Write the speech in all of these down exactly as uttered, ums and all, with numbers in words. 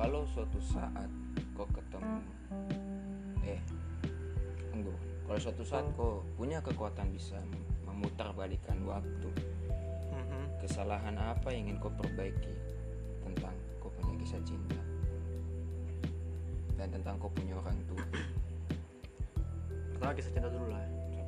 Kalau suatu saat kau ketemu eh enggak kalau suatu saat kau punya kekuatan bisa memutarbalikkan waktu, Mhm. kesalahan apa yang ingin kau perbaiki tentang kau punya kisah cinta dan tentang kau punya orang tua? Pertama kisah cinta dulu lah.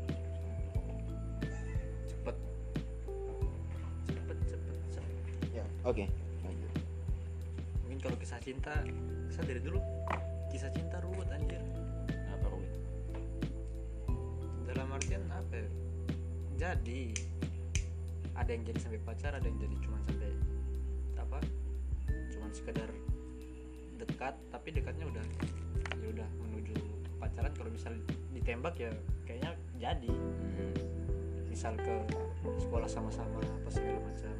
Cepet cepet cepet cepet. Ya, oke. Lanjut. Mungkin kalau kisah cinta, saya dari dulu kisah cinta ruwet anjir. Apa Ruwit? Dalam artian apa ya? Jadi ada yang jadi sampai pacar, ada yang jadi cuma sampai apa? Cuman sekedar dekat, tapi dekatnya udah ya udah menuju pacaran. Kalau misal ditembak ya kayaknya jadi. Hmm. Misal ke sekolah sama-sama apa segala macam.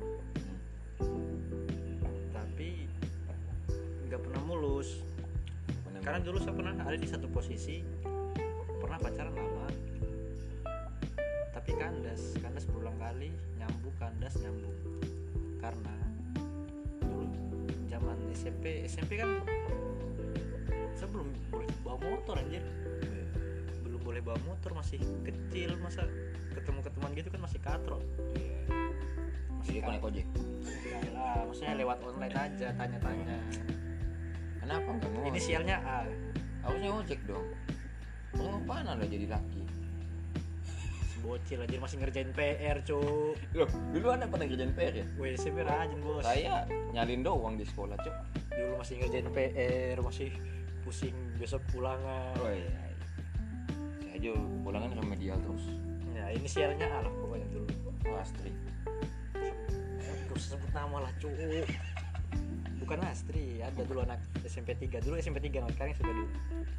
Tapi nggak pernah mulus. Benar. Karena dulu saya pernah ada di satu posisi, pernah pacaran lama, tapi kandas, kandas berulang kali, nyambung, kandas, nyambung. Karena dulu zaman S M P, S M P kan saya belum boleh bawa motor anjir, belum boleh bawa motor, masih kecil, masa ketemu-ketemuan gitu kan masih katro. Jadi kau naik ojek. Enggak lah, maksudnya lewat online aja, tanya-tanya. Kenapa enggak mau? Inisialnya A. Harusnya ojek dong. Kamu apaan Anda jadi laki? Bocil aja masih ngerjain P R, cu. Loh, dulu Anda pernah kerjain P R ya? W C P rajin, bos. Saya nyalin doang di sekolah, Cuk. Dulu masih ngerjain P R, masih pusing besok pulangan. Oh iya. Saya aja pulangan remedial terus. Ya, inisialnya A lah pokoknya dulu. Oh, Astri. Gak usah sebut nama lah, cu. Bukan Astri, ada dulu anak S M P tiga. Dulu S M P tiga, sekarang sudah dulu.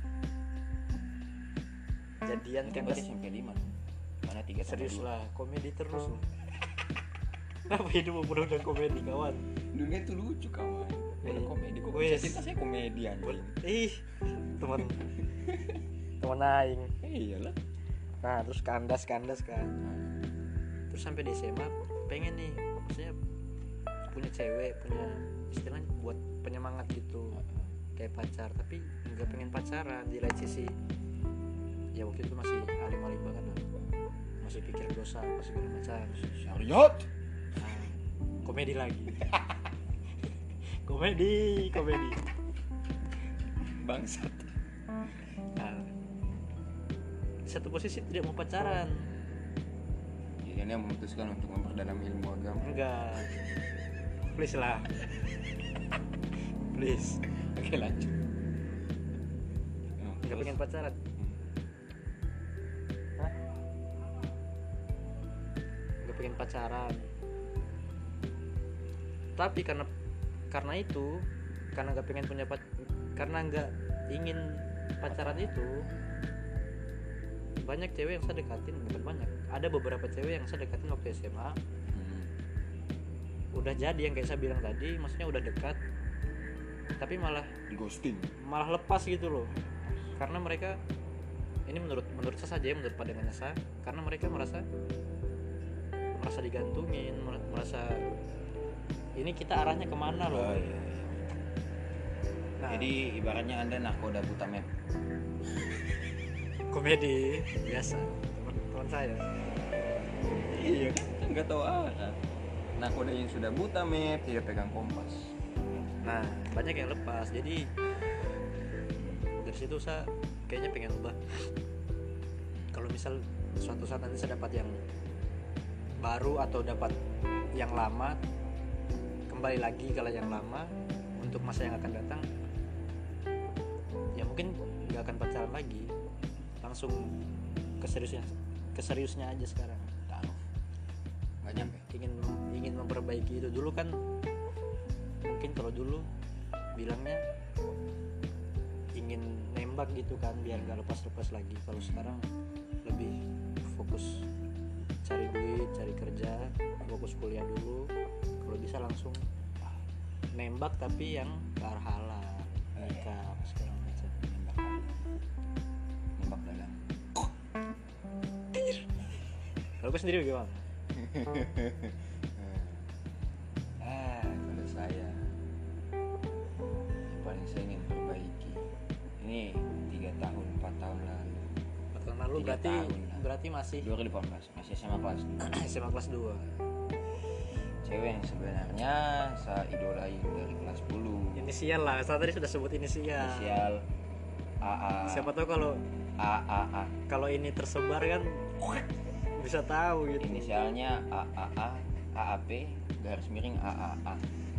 Jadian Kan kan berarti S M P lima. Mana tiga serius lah, komedi terus loh. Kenapa hidup penuh dengan komedi, kawan? Dunia itu lucu kawan. Kalau Iya. komedi kok Wes. bisa cinta saya komedi anjing. Ih, teman teman aing. Iyalah. Nah, terus kandas kandas kan. Terus sampai di S M A pengen nih, maksudnya punya cewek, punya istilahnya buat penyemangat gitu, kayak pacar, tapi nggak pengen pacaran. Di lain sisi ya waktu itu masih alim-alim banget lah, masih pikir dosa apa segala macam. Syariat. Nah, komedi lagi. komedi komedi Bangsat. nah, di satu posisi tidak mau pacaran. Jadi dia memutuskan untuk memperdalam ilmu agama. Enggak, please lah, please. Oke, lanjut. Oh, Nggak terus? pengen pacaran. Hah? Nggak pengen pacaran. Tapi karena karena itu, karena nggak pengen punya pac- karena nggak ingin pacaran itu, banyak cewek yang saya dekatin, bukan banyak, ada beberapa cewek yang saya dekatin waktu S M A. Hmm. Udah jadi yang kayak saya bilang tadi, maksudnya udah dekat, tapi malah Di ghosting. malah lepas gitu loh. Karena mereka, ini menurut menurut saya saja ya, menurut pandangannya saya, karena mereka merasa merasa digantungin, merasa ini kita arahnya kemana loh. Oh, iya. Nah, Jadi ibaratnya Anda nakoda buta map. komedi biasa teman-teman saya. Iya kan nggak tahu arah. Nakoda yang sudah buta map tidak pegang kompas. Nah, banyak yang lepas. Jadi dari situ saya kayaknya pengen ubah. Kalau misal suatu saat nanti saya dapat yang baru atau dapat yang lama, kembali lagi kalau yang lama untuk masa yang akan datang, ya mungkin nggak akan pacaran lagi, langsung keseriusnya keseriusnya aja sekarang. Tahu. Nggak nyampe. Ingin ingin memperbaiki itu. Dulu kan mungkin kalau dulu bilangnya ingin nembak gitu kan, biar nggak lepas-lepas lagi. Kalau sekarang lebih fokus cari duit, cari kerja, fokus kuliah dulu. Kalau bisa langsung nembak tapi yang ke arah halal, nikah apa segala macam. Nembak. Nembak dalam. Kalau gue sendiri gimana? ah, kalau saya yang paling lu tiga berarti tahun lah. berarti masih dua ribu delapan belas masih S M A kelas dua. S M A kelas dua. Cewek yang sebenarnya saya idolain dari kelas sepuluh. Inisial lah, saya tadi sudah sebut inisial. Inisial A A. Siapa tahu kalau A A A. kalau ini tersebar kan bisa tahu gitu. Inisialnya A A A, A A P, garis miring A A A.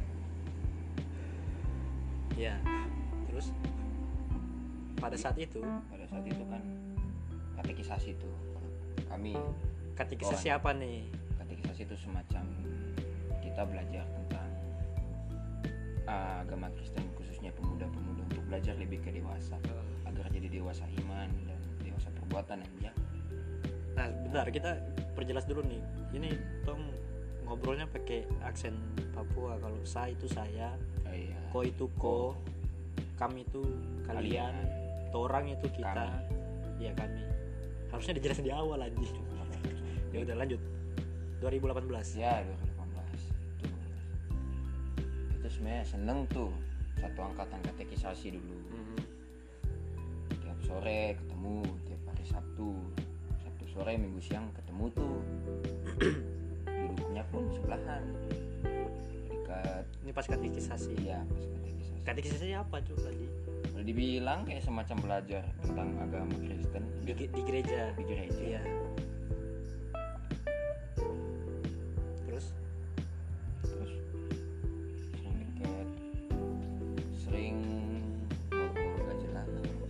Ya. Terus pada saat itu, Pada saat itu kan katekisasi itu kami katekisasi Orang. apa nih? katekisasi itu semacam kita belajar tentang uh, agama Kristen, khususnya pemuda-pemuda untuk belajar lebih ke dewasa agar jadi dewasa iman dan dewasa perbuatan ya. Nah, bentar kita perjelas dulu nih. Ini Tom ngobrolnya pakai aksen Papua. Kalau saya itu saya, Oh, iya. ko itu ko, kami itu kalian, torang itu kita, Kami. ya kami. Harusnya dijelasin di awal aja. Ya udah lanjut. dua ribu delapan belas. Ya dua ribu delapan belas itu itu sebenarnya seneng tuh satu angkatan katekisasi dulu. Hmm. Tiap sore ketemu, tiap hari Sabtu Sabtu sore Minggu siang ketemu tuh. Duduknya pun sebelahan dekat. Ini pas katekisasi. Iya pas katekisasi. Katekisasi apa cuy tadi? Boleh dibilang kayak semacam belajar tentang agama Kristen Di, di gereja. di gereja. Iya. Terus Terus sering deket, sering ngobrol gak jelas,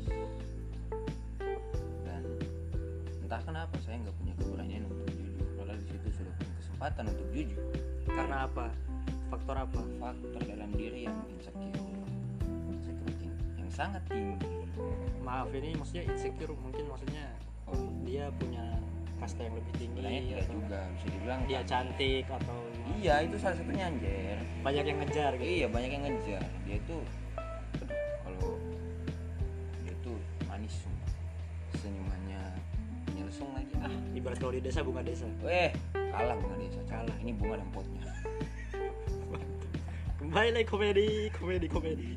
dan entah kenapa saya nggak punya keberanian untuk jujur. Padahal di situ sudah punya kesempatan untuk jujur. karena apa? Faktor apa? Faktor dalam diri yang insecure, insecure yang sangat tinggi. Maaf ini maksudnya insecure mungkin maksudnya Oh, dia punya kasta yang lebih tinggi sebenarnya tidak atau juga bisa dibilang dia kan. cantik atau Iya itu salah satunya anjir. banyak yang ngejar gitu. Iya banyak yang ngejar. Dia itu aduh, kalau dia itu manis sumpah. Senyumannya nyelsung lagi. Ah, Ibarat kalau di desa bunga desa. weh, kalah bunga desa. Kalah. Ini bunga dan potnya. Kembali lagi komedi, komedi, komedi.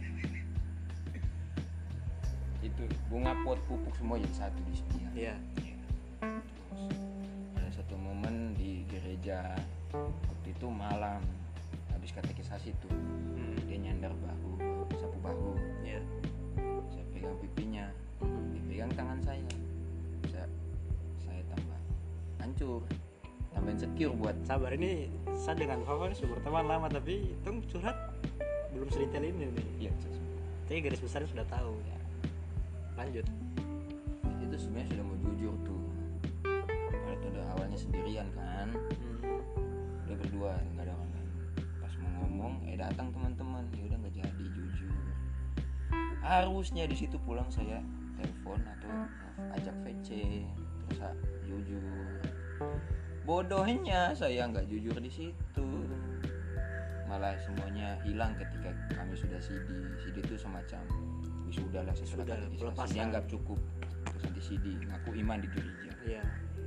Itu bunga pot pupuk semua jadi satu di sini. Iya. Terus ada satu momen di gereja waktu itu malam habis katekisasi tuh Hmm. dia nyandar bahu, sapu bahu. Iya. Saya pegang pipinya, dia pegang tangan saya. Saya saya tambah hancur, tambah insecure buat. Sabar ini saya dengan Fafa sudah berteman lama tapi tong curhat belum sedetail ini nih. Iya, Tapi garis besarnya sudah tahu. ya. Lanjut. Itu sebenarnya sudah mau jujur tuh. Padahal itu udah awalnya sendirian kan. Hmm. Udah berdua nggak ada orang lain. Pas mau ngomong, eh datang teman-teman, ya udah nggak jadi jujur. Harusnya di situ pulang saya telepon atau ajak V C terus ah, jujur. Bodohnya saya nggak jujur di situ. Malah semuanya hilang ketika kami sudah C D. C D itu semacam wisuda lah sesudah Sudah, katekisasi. pelepasan. Dianggap cukup terus nanti C D ngaku iman di gereja. Iya.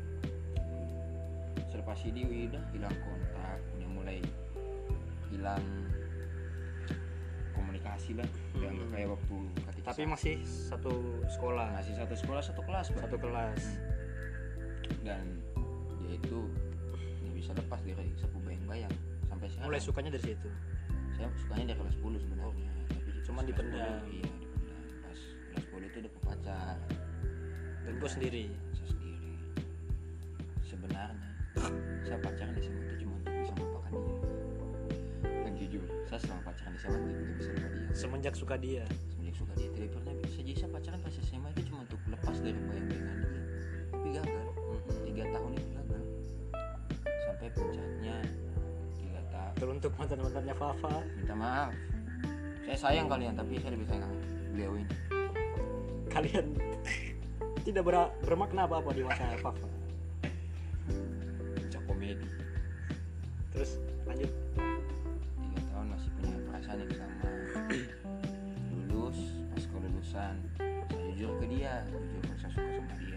Selepas C D udah hilang kontak, udah mulai hilang komunikasi lah, udah nggak Hmm. kayak waktu katekisasi. Tapi masih satu sekolah, masih satu sekolah satu kelas Bang. satu kelas. Dan dia itu nggak bisa lepas dari sapu bayang-bayang sampai sekarang. Mulai sukanya dari situ. Saya sukanya dari kelas sepuluh sebenarnya, tapi Cuman pas dipendam. kelas sepuluh, iya dipendam. Pas kelas sepuluh itu udah pacar. Dan gue sendiri. Saya sendiri. Sebenarnya saya pacaran di S M A itu cuma untuk bisa melupakan dia. Dan jujur, saya selama pacaran di S M A itu tidak bisa lupa dia. Semenjak suka dia. Semenjak suka dia tidak pernah bisa. Jadi saya pacaran pas S M A itu cuma untuk lepas dari bayang-bayangan dia. Tapi gagal. Tiga tahun itu gagal. Sampai puncaknya tiga tahun. Teruntuk mantan-mantannya Fafa. Minta maaf. Saya sayang kalian, tapi saya lebih sayang beliau ini. Kalian tidak ber- bermakna apa-apa di masa Fafa. Puncak komedi. Terus lanjut. Tiga tahun masih punya perasaan yang sama. Lulus, pas kelulusan, saya jujur ke dia, jujur kalau saya suka sama dia.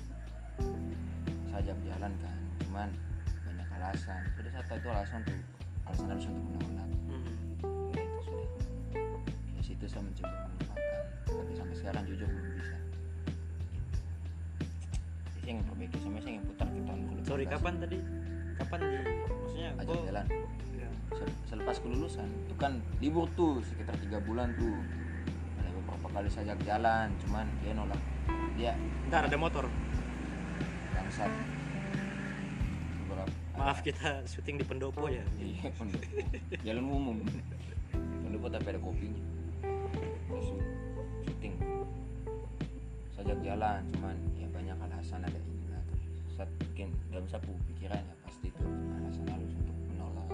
Saya ajak jalan kan, cuman banyak alasan. Pada saat itu alasan tuh, alasan harus untuk menolak. Hmm. Ya itu sudah. Dari situ saya mencoba melupakan, tapi sampai sekarang jujur belum bisa. saya yang perbaiki sama saya yang putar ke tahun dua ribu delapan belas. Sorry, kapan tadi? Kapan di maksudnya ajak kok jalan ya, Se- selepas kelulusan itu kan libur tuh sekitar tiga bulan tuh, ada beberapa kali saya ajak jalan cuman dia nolak, dia ntar ada motor. bangsat beberapa Maaf, kita syuting di Pendopo ya. iya pendopo jalan umum pendopo tapi ada kopinya, terus syuting saya ajak jalan cuman ya banyak alasan ada inilah, saat mungkin dalam sapu pikiran ya pasti itu alasan halus untuk menolak.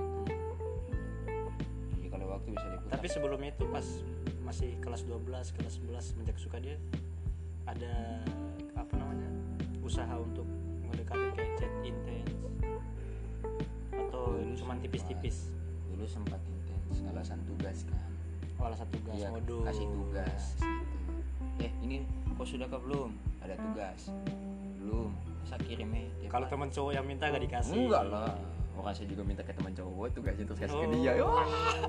Jadi kalau waktu bisa diputar. Tapi sebelumnya itu pas masih kelas dua belas, kelas sebelas semenjak suka dia ada apa namanya? Usaha untuk ngedekatin kayak chat intens atau Dulu cuman sempat- tipis-tipis. Dulu sempat intens alasan tugas kan. Oh, alasan tugas, Iya, modul. kasih tugas gitu. Eh ini kok sudah kah belum? Ada tugas. Belum. Masa kirim ya. tiap Kalau hari? teman cowok yang minta gak dikasih. Enggak lah. Orang saya juga minta ke teman cowok tugasnya terus kasih Oh. ke dia. Wah.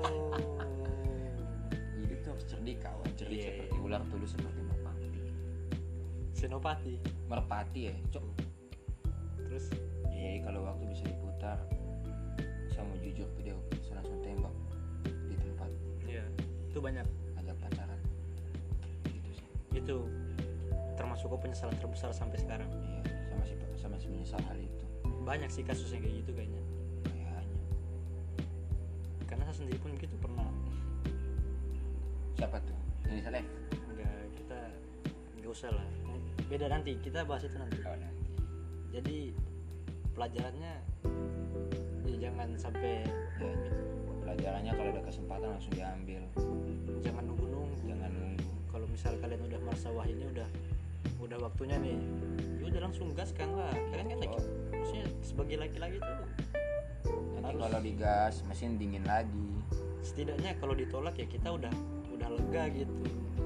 Hidup tuh harus cerdik kawan, cerdik Iya, seperti ular, tulus seperti merpati. Senopati. Merpati ya, cok. Terus Jadi kalau waktu bisa diputar, saya mau jujur video, saya langsung tembak di tempat, ya itu banyak. ajak pacaran. Gitu sih. Itu termasuk kok penyesalan terbesar sampai sekarang. Iya, saya masih saya masih menyesal hal itu. Banyak sih kasus yang kayak gitu kayaknya. Kayaknya. Karena saya sendiri pun gitu pernah. Siapa tuh? Ini Saleh. Enggak, kita enggak usah lah. Beda nanti, kita bahas itu nanti. Oh, nanti. Jadi pelajarannya ya jangan sampai Ya, pelajarannya kalau ada kesempatan langsung diambil. jangan nunggu-nunggu. Jangan nunggu. Kalau misal kalian udah merasa wah ini udah udah waktunya nih, ya udah langsung gaskan lah. Kalian kan lagi, maksudnya sebagai laki-laki tuh Nanti harus- kalau digas mesin dingin lagi. setidaknya kalau ditolak ya kita udah udah lega gitu.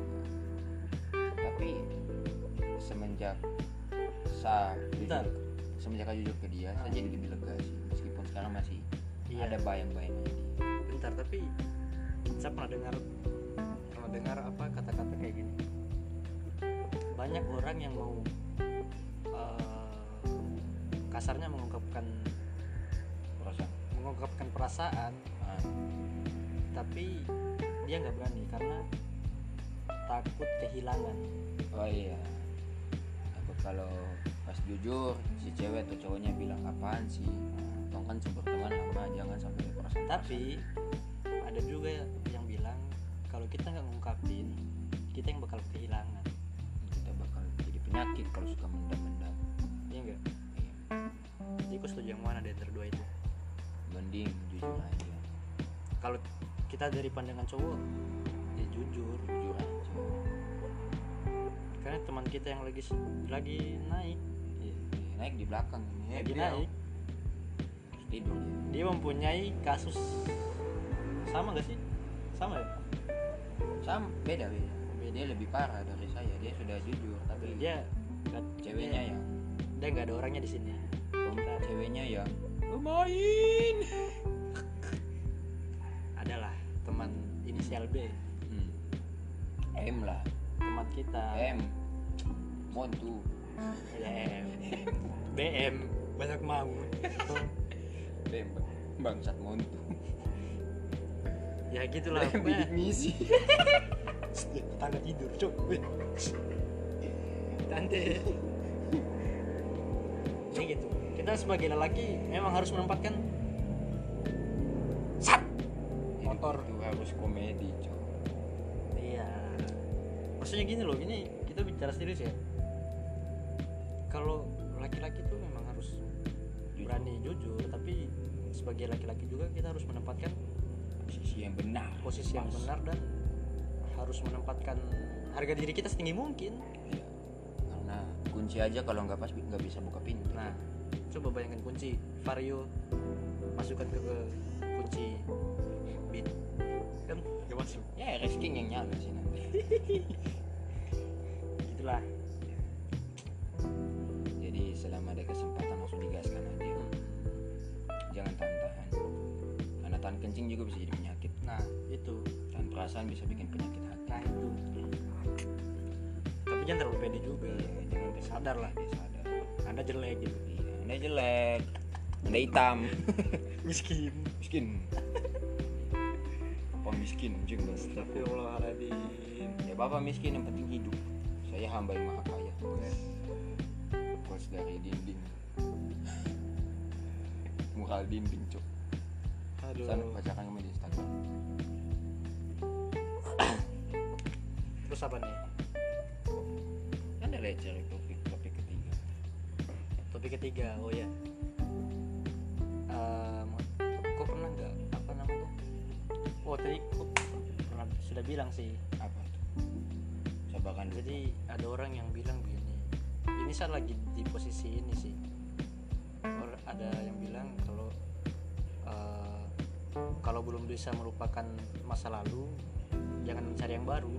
Tapi semenjak saya Bentar. jujur, semenjak saya jujur ke dia, Ah. saya jadi lebih lega sih. Meskipun sekarang masih Iya. ada bayang-bayangnya dia. Bentar, tapi saya pernah dengar pernah dengar apa kata-kata kayak gini. Banyak orang yang mau eh, kasarnya mengungkapkan Perasaan. mengungkapkan perasaan, Ah, tapi dia nggak berani karena takut kehilangan. oh iya. Takut kalau pas jujur si cewek atau cowoknya bilang apaan sih? Tong kan sumber teman lama, jangan sampai ada perasaan. Tapi ada juga yang bilang kalau kita nggak ngungkapin, kita yang bakal kehilangan. kita bakal jadi penyakit kalau suka mendam-mendam. Iya nggak? Iya. Jadi aku setuju yang mana dari berdua itu? Mending jujur aja. Kalau kita dari pandangan cowok, ya jujur. Jujur aja. Karena teman kita yang lagi lagi naik, Iya, naik di belakang. Ya, lagi beliau naik, terus tidur dia. dia mempunyai kasus sama gak sih? Sama ya? Sam beda beda. Dia lebih parah dari saya. Dia sudah jujur tapi Dia nggak ceweknya yang dia nggak ada orangnya di sini. Bentar, ceweknya yang lumayan. Adalah teman inisial B, Hmm. M lah. teman kita. M. Montu. Ya, M. B M banyak mau. M. Bangsat Montu. Ya gitulah. M pokoknya. bidik misi. Tanda tidur, cuk. Tante. Jadi gitu. Kita sebagai lelaki memang harus menempatkan sat motor. Itu harus komedi, cok. Iya. Maksudnya gini loh, ini kita bicara serius ya. Kalau laki-laki tuh memang harus berani jujur, tapi sebagai laki-laki juga kita harus menempatkan Posisi yang benar. posisi yang Pas. benar dan harus menempatkan harga diri kita setinggi mungkin. Iya. Karena kunci aja kalau nggak pas nggak bisa buka pintu. Nah, coba bayangkan kunci vario masukkan ke, ke kunci bit kan nggak masuk. Ya risking yang nyala sih nanti. Itulah. Jadi selama ada kesempatan langsung digaskan aja. Jangan tahan-tahan. Karena tahan kencing juga bisa jadi penyakit. Nah itu. Tahan perasaan bisa bikin penyakit hati. Nah itu. Tapi jangan terlalu pede juga. Iya, jangan Sadar lah. Dia sadar. Anda jelek gitu. Iya, Anda jelek, Anda hitam, Miskin. miskin. Bapak miskin, anjing banget. Astagfirullahaladzim. Ya bapak miskin yang penting hidup. Saya hamba yang maha kaya. Quotes dari dinding. Mural dinding, cok. Aduh. Sana bacakan kami di Instagram. Terus apa nih? Anda lihat cari topik topik ketiga. Topik ketiga, oh ya. Um, kok pernah nggak apa namanya? Oh tadi kok pernah sudah bilang sih. Apa tuh? Coba kan. Jadi ada orang yang bilang begini. Ini saya lagi di posisi ini sih. Or, ada yang bilang kalau uh, kalau belum bisa melupakan masa lalu, jangan mencari yang baru.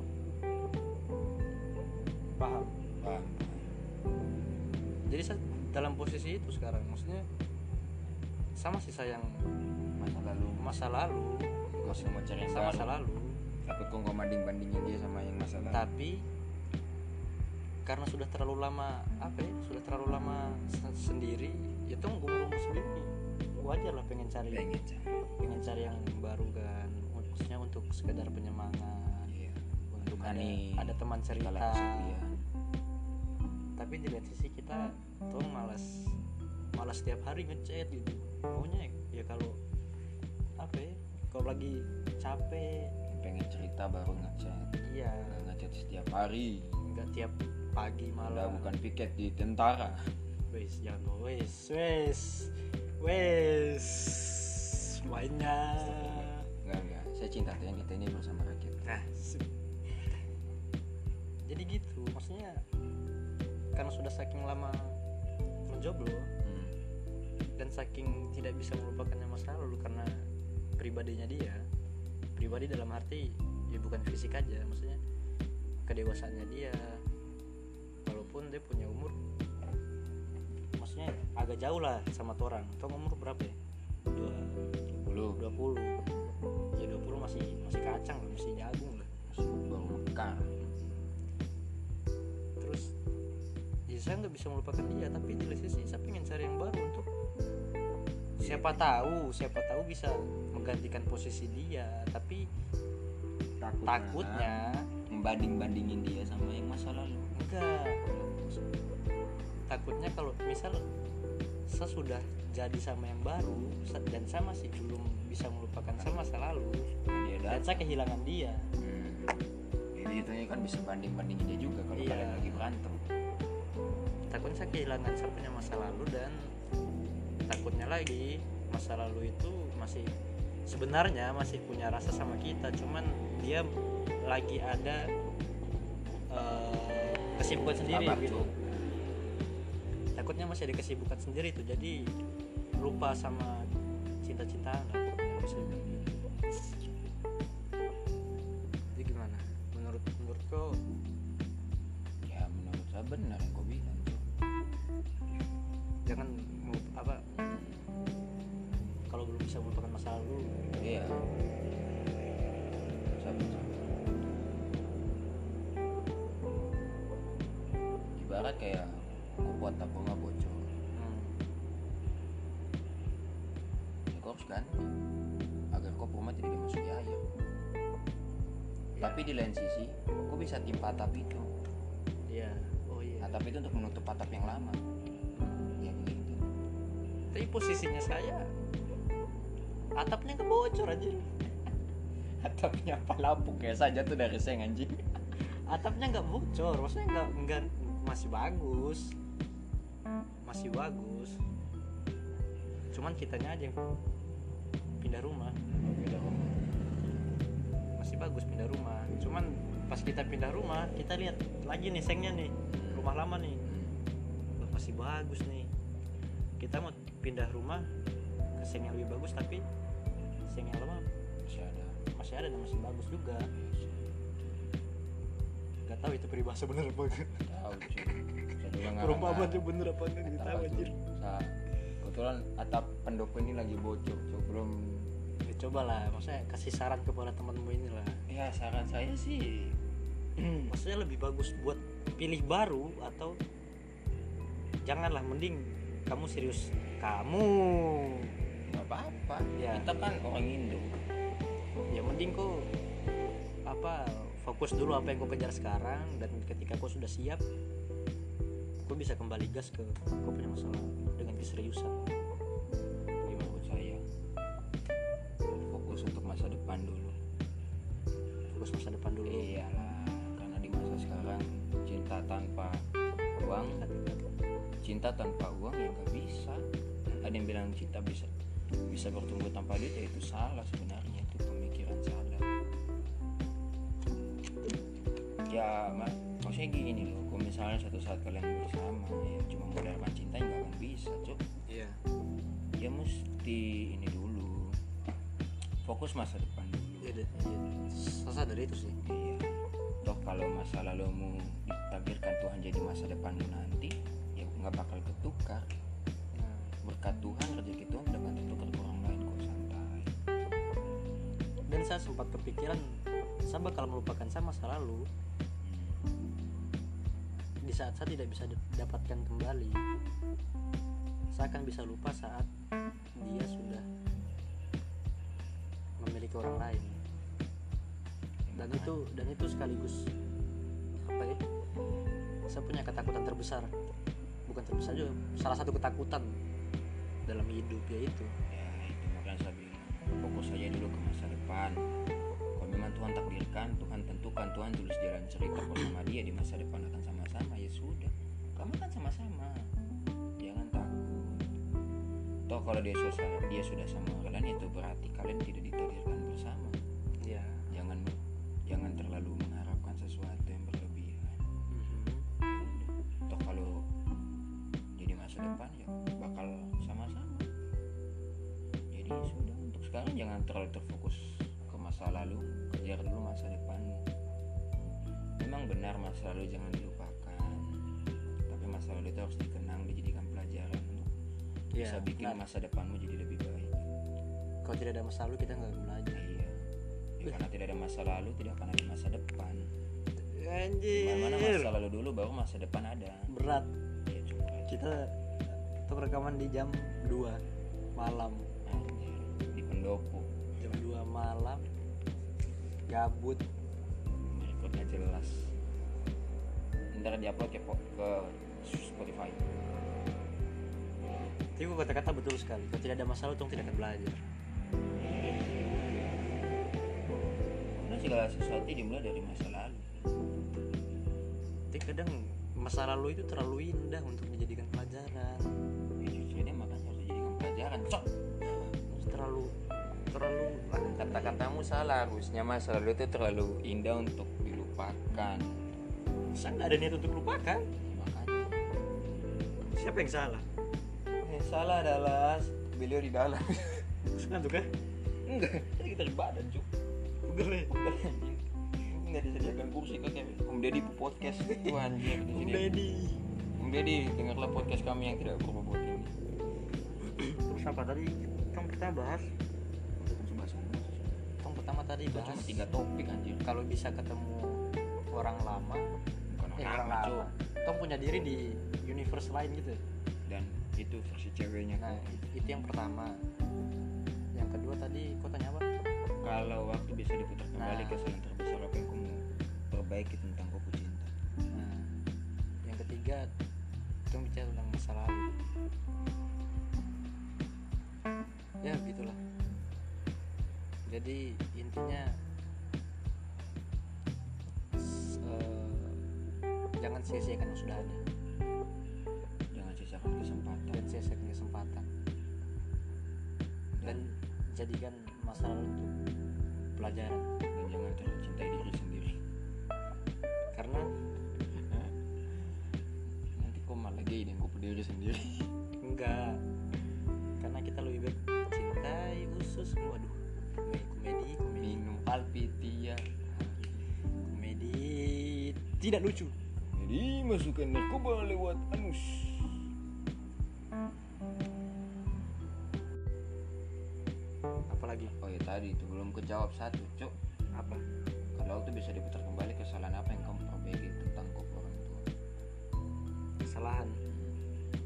Paham? Paham. Jadi saya dalam posisi itu sekarang, maksudnya sama sih sayang Masa lalu. masa lalu, Gak usah mau cari yang sama baru. masa lalu. Takut kok nggak banding bandingin dia sama yang masa lalu. Tapi karena sudah terlalu lama apa ya, sudah terlalu lama se- sendiri, ya tuh ngomong sendiri. Wajar lah pengen cari, Pengen cari. pengen cari yang baru kan, maksudnya untuk sekedar penyemangat, Iya. untuk ada, Ani, ada teman cerita. kala kesepian. Tapi di lain sisi kita tuh malas malas setiap hari ngechat gitu. Maunya ya kalau apa ya, kalau lagi capek, Pengen cerita baru ngechat. iya, Nggak ngechat setiap hari. nggak tiap pagi Anda malam. bukan piket di tentara. Wes, jangan wes, wes, wes, mainnya. Enggak enggak. Saya cinta T N I. T N I bersama rakyat. Nah, sip. Jadi gitu, maksudnya karena sudah saking lama menjomblo Hmm. dan saking tidak bisa melupakannya masa lalu karena pribadinya dia, pribadi dalam arti ya bukan fisik aja, maksudnya kedewasaannya dia, walaupun dia punya umur maksudnya agak jauh lah sama orang. Tau umur berapa ya? Dua, Dulu dua puluh. Ya dua puluh masih masih kacang lah, masih jagung lah. masih baru mekar. Terus ya saya nggak bisa melupakan dia, tapi di sisi saya pengen cari yang baru untuk siapa tahu siapa tahu bisa menggantikan posisi dia, tapi Takutnya, takutnya membanding-bandingin dia sama yang masa lalu. enggak, takutnya kalau misal saya sudah jadi sama yang baru dan saya masih belum bisa melupakan sama masa lalu Dia dan datang. saya kehilangan dia. Hmm. Jadi itu kan bisa banding-bandingin dia juga kalau Iya. kalian lagi berantem. Takutnya saya kehilangan saya punya masa lalu, dan takutnya lagi masa lalu itu masih sebenarnya masih punya rasa sama kita, cuman dia lagi ada uh, kesibukan sendiri Sabar, gitu. Cuk. Takutnya masih ada kesibukan sendiri tuh, jadi lupa sama cinta-cintaan lah, pokoknya bisa bilang gitu. Jadi gimana? Menurut menurut kau? Ya menurut saya benar yang kau bilang, Cuk. Jangan mau apa? Kalau belum bisa melupakan masa lalu, Iya. Sabar, sabar. Ibarat kayak kau buat tabungan bocor, hmm, ya kau harus ganti agar kau rumah tidak dimasuki air. ya, Tapi di lain sisi, kau bisa timpa atap itu. ya, oh iya. Atap itu untuk menutup atap yang lama. Hmm. Ya begitu. Tapi posisinya saya atapnya kebocor aja. Atapnya apa lapuk ya saja tuh dari seng anjing. Atapnya nggak bocor, maksudnya nggak nggak masih bagus, masih bagus. Cuman kitanya aja yang pindah rumah. Beda rumah. Masih bagus pindah rumah. Cuman pas kita pindah rumah, kita lihat lagi nih sengnya nih, rumah lama nih, Hmm. Wah, masih bagus nih. Kita mau pindah rumah ke seng yang lebih bagus, tapi seng yang lama Masih ada. masih ada dan masih bagus juga. Gak tahu itu peribahasa bener apa enggak. Tahu cuy. Saya juga nggak Perumpamaan itu bener apa enggak, kita tahu anjir. Nah, kebetulan atap pendopo ini lagi bocor, cuy. Belum. Ya, coba lah, maksudnya kasih saran kepada temanmu ini lah. Ya saran saya sih, Maksudnya lebih bagus buat pilih baru atau janganlah, mending kamu serius, kamu nggak apa-apa Ya. kita kan orang Indo. ya mending kau apa fokus dulu apa yang kau kejar sekarang, dan ketika kau sudah siap kau bisa kembali gas ke kau punya masalah dengan keseriusan. Jadi menurut saya fokus untuk masa depan dulu. Fokus masa depan dulu. Iyalah, karena di masa sekarang cinta tanpa uang, cinta tanpa uang ya nggak bisa. Ada yang bilang cinta bisa bisa bertumbuh tanpa duit, ya itu salah sebenarnya, itu pemikiran salah. Ya mak, maksudnya gini loh, kalau misalnya suatu saat kalian bersama ya cuma modalkan cinta nggak akan bisa, cuk. Iya. Ya mesti ini dulu, fokus masa depan dulu. Iya, susah dari itu sih. Iya. Toh kalau masa lalumu ditakdirkan Tuhan jadi masa depanmu nanti, ya nggak bakal ketukar. Nah, Berkat Tuhan rezeki Tuhan udah gak tertukar ke orang lain, kok santai. dan saya sempat kepikiran, saya bakal melupakan saya masa lalu di saat saya tidak bisa dapatkan kembali. Saya akan bisa lupa saat dia sudah memiliki orang lain, dan itu dan itu sekaligus apa ya, saya punya ketakutan terbesar, bukan terbesar juga, salah satu ketakutan dalam hidup, yaitu Ya itu makanya saya bilang fokus aja dulu ke masa depan. Kalau memang Tuhan takdirkan, Tuhan tentukan, Tuhan tulis jalan cerita bersama dia di masa depan akan sama-sama, ya sudah, kamu kan sama-sama, jangan takut. Toh kalau dia sudah dia sudah sama kalian, itu berarti kalian tidak ditakdirkan bersama. ya. Jangan jangan terlalu mengharapkan sesuatu yang berlebihan. Mhm. Toh kalau jadi masa depan ya bakal sama-sama. Jadi sudah, untuk sekarang jangan terlalu terfokus ke masa lalu, kejar dulu masa depanmu. Memang benar masa lalu jangan dilupakan, tapi masa lalu itu harus dikenang, dijadikan pelajaran untuk Ya, bisa bikin nah, masa depanmu jadi lebih baik. kalau tidak ada masa lalu kita nggak belajar. Iya. Ya, karena tidak ada masa lalu, tidak akan ada masa depan. Anjir. Mana masa lalu dulu, baru masa depan ada. Berat. Ya coba aja. Kita untuk rekaman di jam dua malam. Anjir, di pendopo. Jam dua malam. Gabut. Rekodnya jelas. Ntar diupload ke, ke Spotify. Tapi gua kata-kata betul sekali. Kalau tidak ada masa lalu, tong tidak akan belajar. Karena segala sesuatu dimulai dari masa lalu. Tapi kadang masa lalu itu terlalu indah untuk dijadikan pelajaran. Ya justru ini makanya harus dijadikan pelajaran. Cok. Terlalu terlalu Ah, kata-katamu salah, harusnya masa lalu itu terlalu indah untuk dilupakan. saya nggak ada niat untuk lupakan. Ya, makanya. Siapa yang salah? Yang salah adalah beliau di dalam. Ngantuk kan? Enggak, kita di badan cuk. Pegel ya? Udah anjing. Nggak disediakan kursi kok kayak Om Deddy podcast itu anjir. Om Deddy. Om Deddy, dengarlah podcast kami yang tidak berbobot ini. Terus apa tadi? Tong pertama bahas. Tong pertama tadi Itu bahas cuma tiga topik anjir. kalau bisa ketemu orang lama, Bukan eh, orang orang lama, lama. Tong punya diri di universe lain gitu. dan itu versi ceweknya. Nah, kok. itu yang pertama. Yang kedua tadi kau tanya apa? Kalau waktu bisa diputar kembali, Nah. kesalahan terbesar apa yang kamu perbaiki tentang Kopu Cinta? Nah, yang ketiga tong bicara tentang masa lalu. Ya begitulah. Jadi intinya s- eh, jangan sia-siakan yang sudah ada, Jangan sisakan kesempatan. dan sia-siakan kesempatan, dan jadikan masa lalu untuk pelajaran. dan jangan terlalu cintai diri sendiri. Karena Nanti kau malah gay dan kau diri sendiri. enggak, karena kita lebih baik cintai usus. Waduh, komedi komedi Minum Alpitia. komedi tidak lucu. Jadi masukkan narkoba lewat anus. Apalagi Oh ya tadi itu belum kejawab satu, cok. apa? Kalau itu bisa diputar kembali, kesalahan apa yang kamu perbaiki tentang Kopu orang tua? Kesalahan.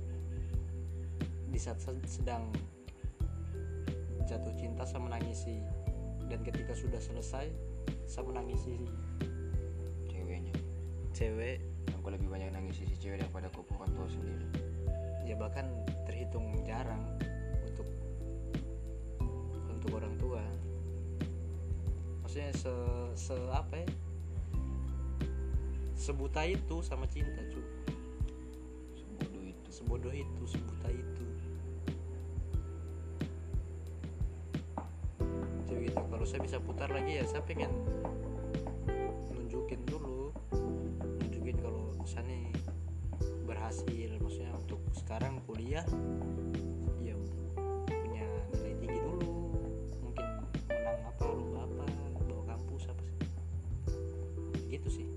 saat sedang jatuh cinta saya menangisi, dan ketika sudah selesai saya menangisi Ceweknya. cewek. Aku lebih banyak nangis si cewek daripada aku orang tua sendiri. Ya bahkan terhitung jarang untuk untuk orang tua. Maksudnya se, se apa ya? Sebuta itu sama cinta, cu. Sebodoh itu. Sebodoh itu, sebuta itu. Jadi gitu. Kalau saya bisa putar lagi ya saya pengen nunjukin dulu, nunjukin kalau saya nih berhasil. Maksudnya untuk sekarang kuliah ya punya nilai tinggi dulu, mungkin menang apa lomba apa, bawa kampus apa sih, gitu sih.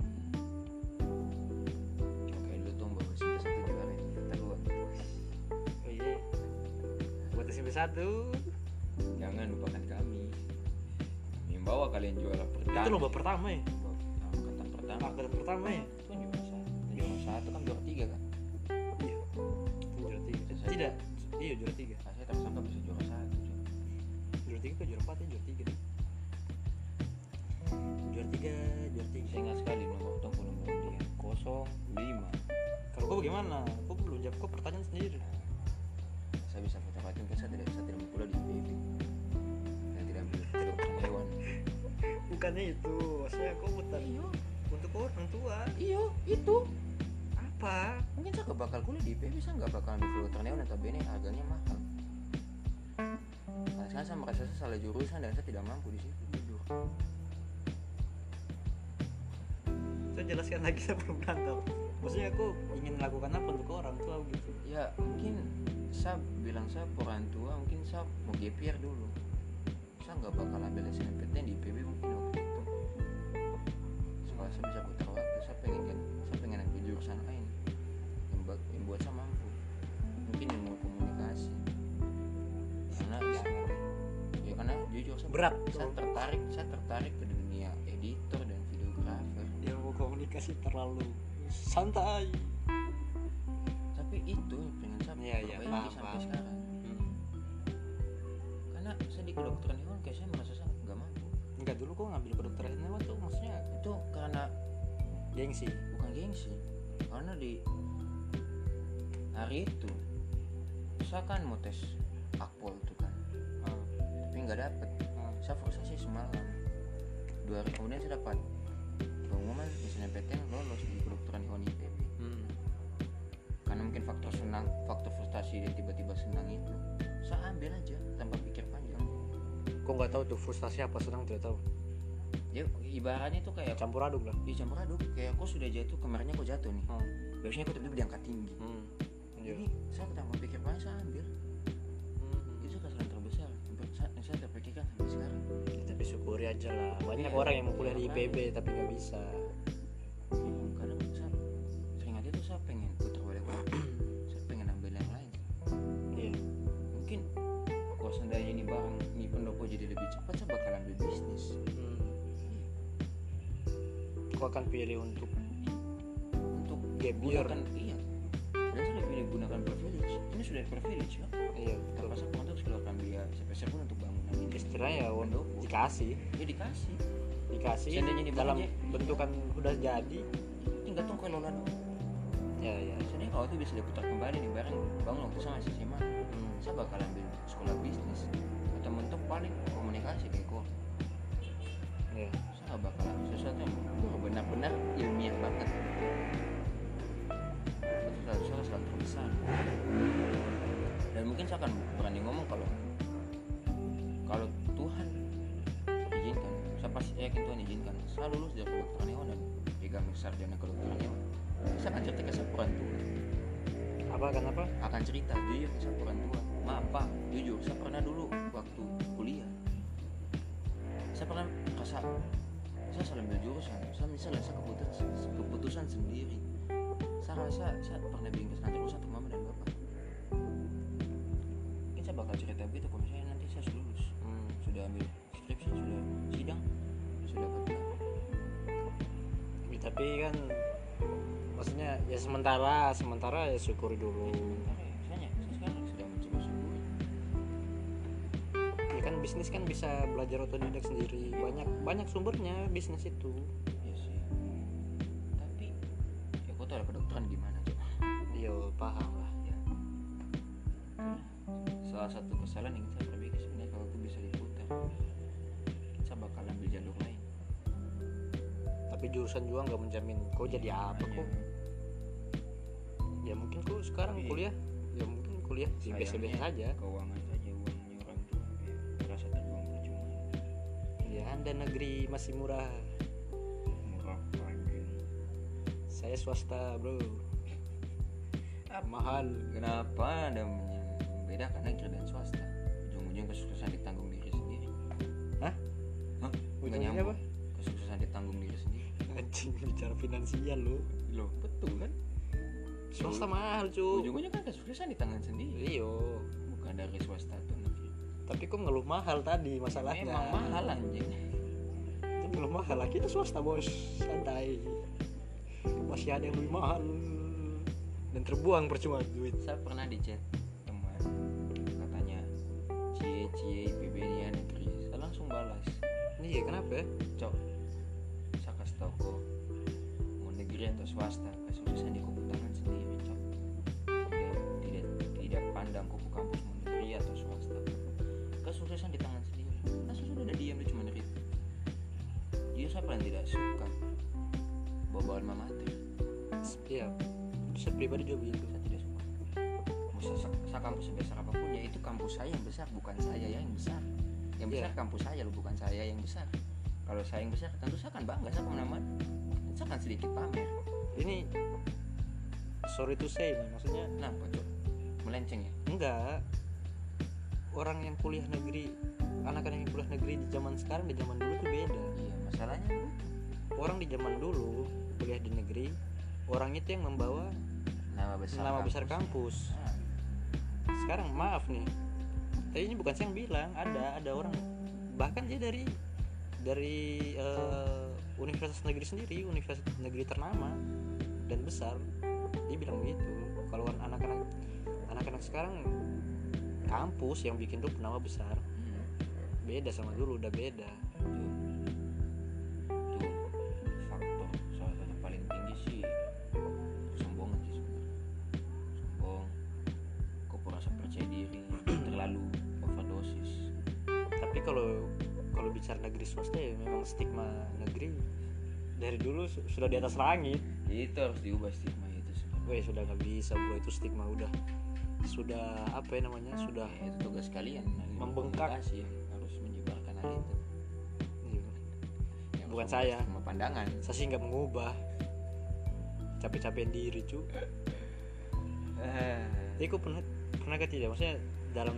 Oke, dulu tuh bawa S M P satu juga nih. Terlalu. Oh iya, buat S M P satu Jangan lupakan kami. Membawa kalian juara pertama. itu lomba pertama ya, Angkatan pertama. angkatan pertama ya. Itu kan juara satu. Juara satu kan juara tiga kan. Iya, juara tiga. Saya- Tidak, iya juara tiga. Nah, saya tersangka bisa juara satu. Cuk. Juara tiga ke juara empat ya, juara tiga deh. Juara tiga, juara tiga. Saya ingat sekali nomor waktu aku nomor dia kosong lima. Kalau kau bagaimana? Kau belum jawab, kau pertanyaan sendiri. Saya bisa foto-foto kan saya tidak saya tidak mau kuliah di I P B. Saya tidak ambil kedokteran hewan. Bukannya itu, maksudnya kau putar untuk orang tua. Iyo, itu. Apa? Mungkin saya gak bakal kuliah di I P B, saya gak bakal ambil kedokteran hewan atau bene harganya mahal. Karena sekarang saya merasa saya salah jurusan dan saya tidak mampu di situ jujur. Saya jelaskan lagi, saya belum nangkap. Maksudnya aku ingin melakukan apa untuk orang tua gitu. Ya mungkin saya bilang saya orang tua mungkin saya mau gap year dulu. Saya nggak bakal ambil S N M P T N di I P B mungkin waktu itu. Sekolah saya bisa putar waktu. Saya pengen kan, saya pengen ambil jurusan lain yang buat, yang buat saya mampu. Mungkin ilmu komunikasi. Karena ya, ya karena jujur saya Berat. Saya tertarik, saya tertarik ke dunia editor dan videografer. Ilmu komunikasi terlalu santai. Tapi itu yang pengen saya Iya, iya, perbaiki paham, sampai paham. sekarang. Hmm. Karena saya di kedokteran hewan kayak saya merasa saya nggak mampu. Enggak, dulu kok ngambil kedokteran hewan tuh maksudnya Itu karena gengsi. bukan gengsi, karena di hari itu saya kan mau tes akpol tuh kan, Hmm. tapi nggak dapet. Hmm. Saya frustasi semalam. Dua hari kemudian saya dapat pengumuman S N M P T N lolos di kedokteran hewan I P B. Hmm. Karena mungkin faktor senang, faktor frustasi dan tiba-tiba senang itu, saya ambil aja tanpa pikir panjang. Kok nggak tahu tuh frustasi apa, senang tidak tahu. Ya ibaratnya tuh kayak Campur aduk lah. ya campur aduk. Kayak aku sudah jatuh, kemarinnya aku jatuh nih. Hmm. Biasanya aku tiba-tiba diangkat tinggi. Hmm. Iya. Jadi saya tanpa pikir panjang saya ambil. Hmm. Itu kesalahan terbesar sampai sa- yang saya terpikirkan sampai sekarang. Ya, tapi syukuri aja lah. Banyak Iya, orang yang mau kuliah di I iya, P B tapi nggak bisa. Bingung, kadang saya sering aja tuh saya pengen putar balik waktu. Saya pengen ambil yang lain. Iya. Mungkin kalau seandainya ini barang ini pendopo jadi lebih cepat, saya bakal ambil bisnis. Hmm. Kau akan pilih untuk Untuk gap year. gunakan iya. Dan saya lebih gunakan privilege. Ini sudah privilege kan? Iya. Tanpa saya untuk keluarkan biaya sebesar pun untuk bangunan ini. Istilahnya ya Pendopo. dikasih, Ya dikasih. dikasih Seandainya dibangun dalam aja. bentukan udah jadi. Tinggal tunggu kelola dong. Ya ya. Seandainya kalau itu bisa diputar kembali nih bareng bangun waktu saya masih S M A. Hmm. Saya bakal ambil sekolah bisnis atau mentok paling komunikasi kayak kok. Ya. Saya nggak bakal ambil sesuatu yang benar-benar ilmiah banget. Itu selalu saya selalu terbesar. Dan mungkin saya akan berani ngomong kalau kalau Tuhan izinkan, saya pasti yakin Tuhan izinkan, saya lulus dari kedokteran hewan dan pegang sarjana kedokteran hewan. Saya akan cerita ke saya orang tua. Apa kenapa? Akan cerita jujur ke saya orang tua. Maaf Pak, jujur saya pernah dulu waktu kuliah. Saya pernah rasa saya salah ambil jurusan. Saya misalnya saya keputusan, keputusan sendiri. Saya rasa saya pernah bikin kesalahan jurusan untuk mama dan bapak. Mungkin saya bakal cerita begitu kalau misalnya nanti saya sudah lulus, Hmm. sudah ambil skripsi, sudah sidang, sudah dapat. Ya, tapi kan maksudnya ya sementara sementara ya syukuri dulu. Sementara ya, misalnya saya sekarang sudah bisnis kan bisa belajar otodidak sendiri, banyak banyak sumbernya bisnis itu. Iya sih. Tapi ya kau tahu ada kedokteran gimana coba? Iya paham lah. Ya. Salah satu kesalahan yang saya perbaiki sebenarnya kalau itu bisa diputar, saya bakal ambil jalur lain. Tapi jurusan juga nggak menjamin kau jadi apa kok. Ya mungkin kau sekarang Tapi, kuliah, ya mungkin kuliah di biasa-biasa saja. Keuangan saja uangnya orang tua ya, merasa terbuang percuma. Ya anda negeri masih murah, Murah anjing. saya swasta bro. Mahal. Kenapa ada membedakan negeri dan swasta? Ujung-ujung kesuksesan ditanggung diri sendiri. Hah? Hah? Nggak Ujungnya nyambung. apa? Kesuksesan ditanggung diri sendiri. Anjing bicara finansial lu. Loh, betul kan? Swasta mahal cu. Ujung-ujungnya kan kesuksesan di tangan sendiri. Iyo. Bukan dari swasta atau negeri. Tapi kok ngeluh mahal tadi masalahnya. Memang mahal anjing. Itu ngeluh mahal lah. Kita swasta bos, santai. Masih ada yang lebih mahal dan terbuang percuma duit. Saya pernah di chat teman, katanya cie cie I P B dia negeri. Saya langsung balas, Iya kenapa ya? cok, saya kasih tau kok, mau negeri atau swasta, kesuksesan di kubu tangan sendiri, cok. Tidak tidak tidak pandang kubu kampus mau negeri atau swasta, kesuksesan di tangan sendiri. Nah saya sudah ada diam, dia cuma nerit. Dia saya paling tidak suka bawa alma mater. Iya. Saya pribadi juga begitu. Saya tidak suka. Mau saya, saya kampus sebesar apapun ya itu kampus saya yang besar, bukan saya yang besar. Yang besar Yeah. kampus saya loh, bukan saya yang besar. Kalau saya yang besar tentu saya akan bangga, saya kemana-mana. Saya akan sedikit pamer. Ini sorry to say nih, maksudnya Kenapa cok? Melenceng ya? enggak. Orang yang kuliah negeri, anak-anak yang kuliah negeri di zaman sekarang di zaman dulu tuh beda. Iya masalahnya Orang di zaman dulu kuliah di negeri, orang itu yang membawa nama besar nama kampus. besar kampus. Nah, Sekarang maaf nih, tapi ini bukan saya yang bilang, ada ada orang bahkan dia dari dari eh, universitas negeri sendiri, universitas negeri ternama dan besar, dia bilang begitu. Kalau anak-anak anak-anak sekarang kampus yang bikin tuh nama besar, hmm, beda sama dulu, udah beda. itu itu faktor salah satu paling tinggi sih kesombongan sih sebenarnya. Sombong, kau merasa percaya diri, terlalu overdosis. Tapi kalau kalau bicara negeri swasta ya memang stigma negeri dari dulu su- sudah di atas langit. Itu harus diubah stigma itu sebenarnya. Weh sudah nggak bisa bro, itu stigma udah sudah apa ya namanya sudah Ya, itu tugas kalian ahli Membengkak. komunikasi yang harus menyebarkan hal itu. iya. Yang Bukan harus saya. Sama pandangan. Saya sih nggak mengubah, capek-capekin diri cu. Eh, Tapi kok pernah pernah gak tidak maksudnya dalam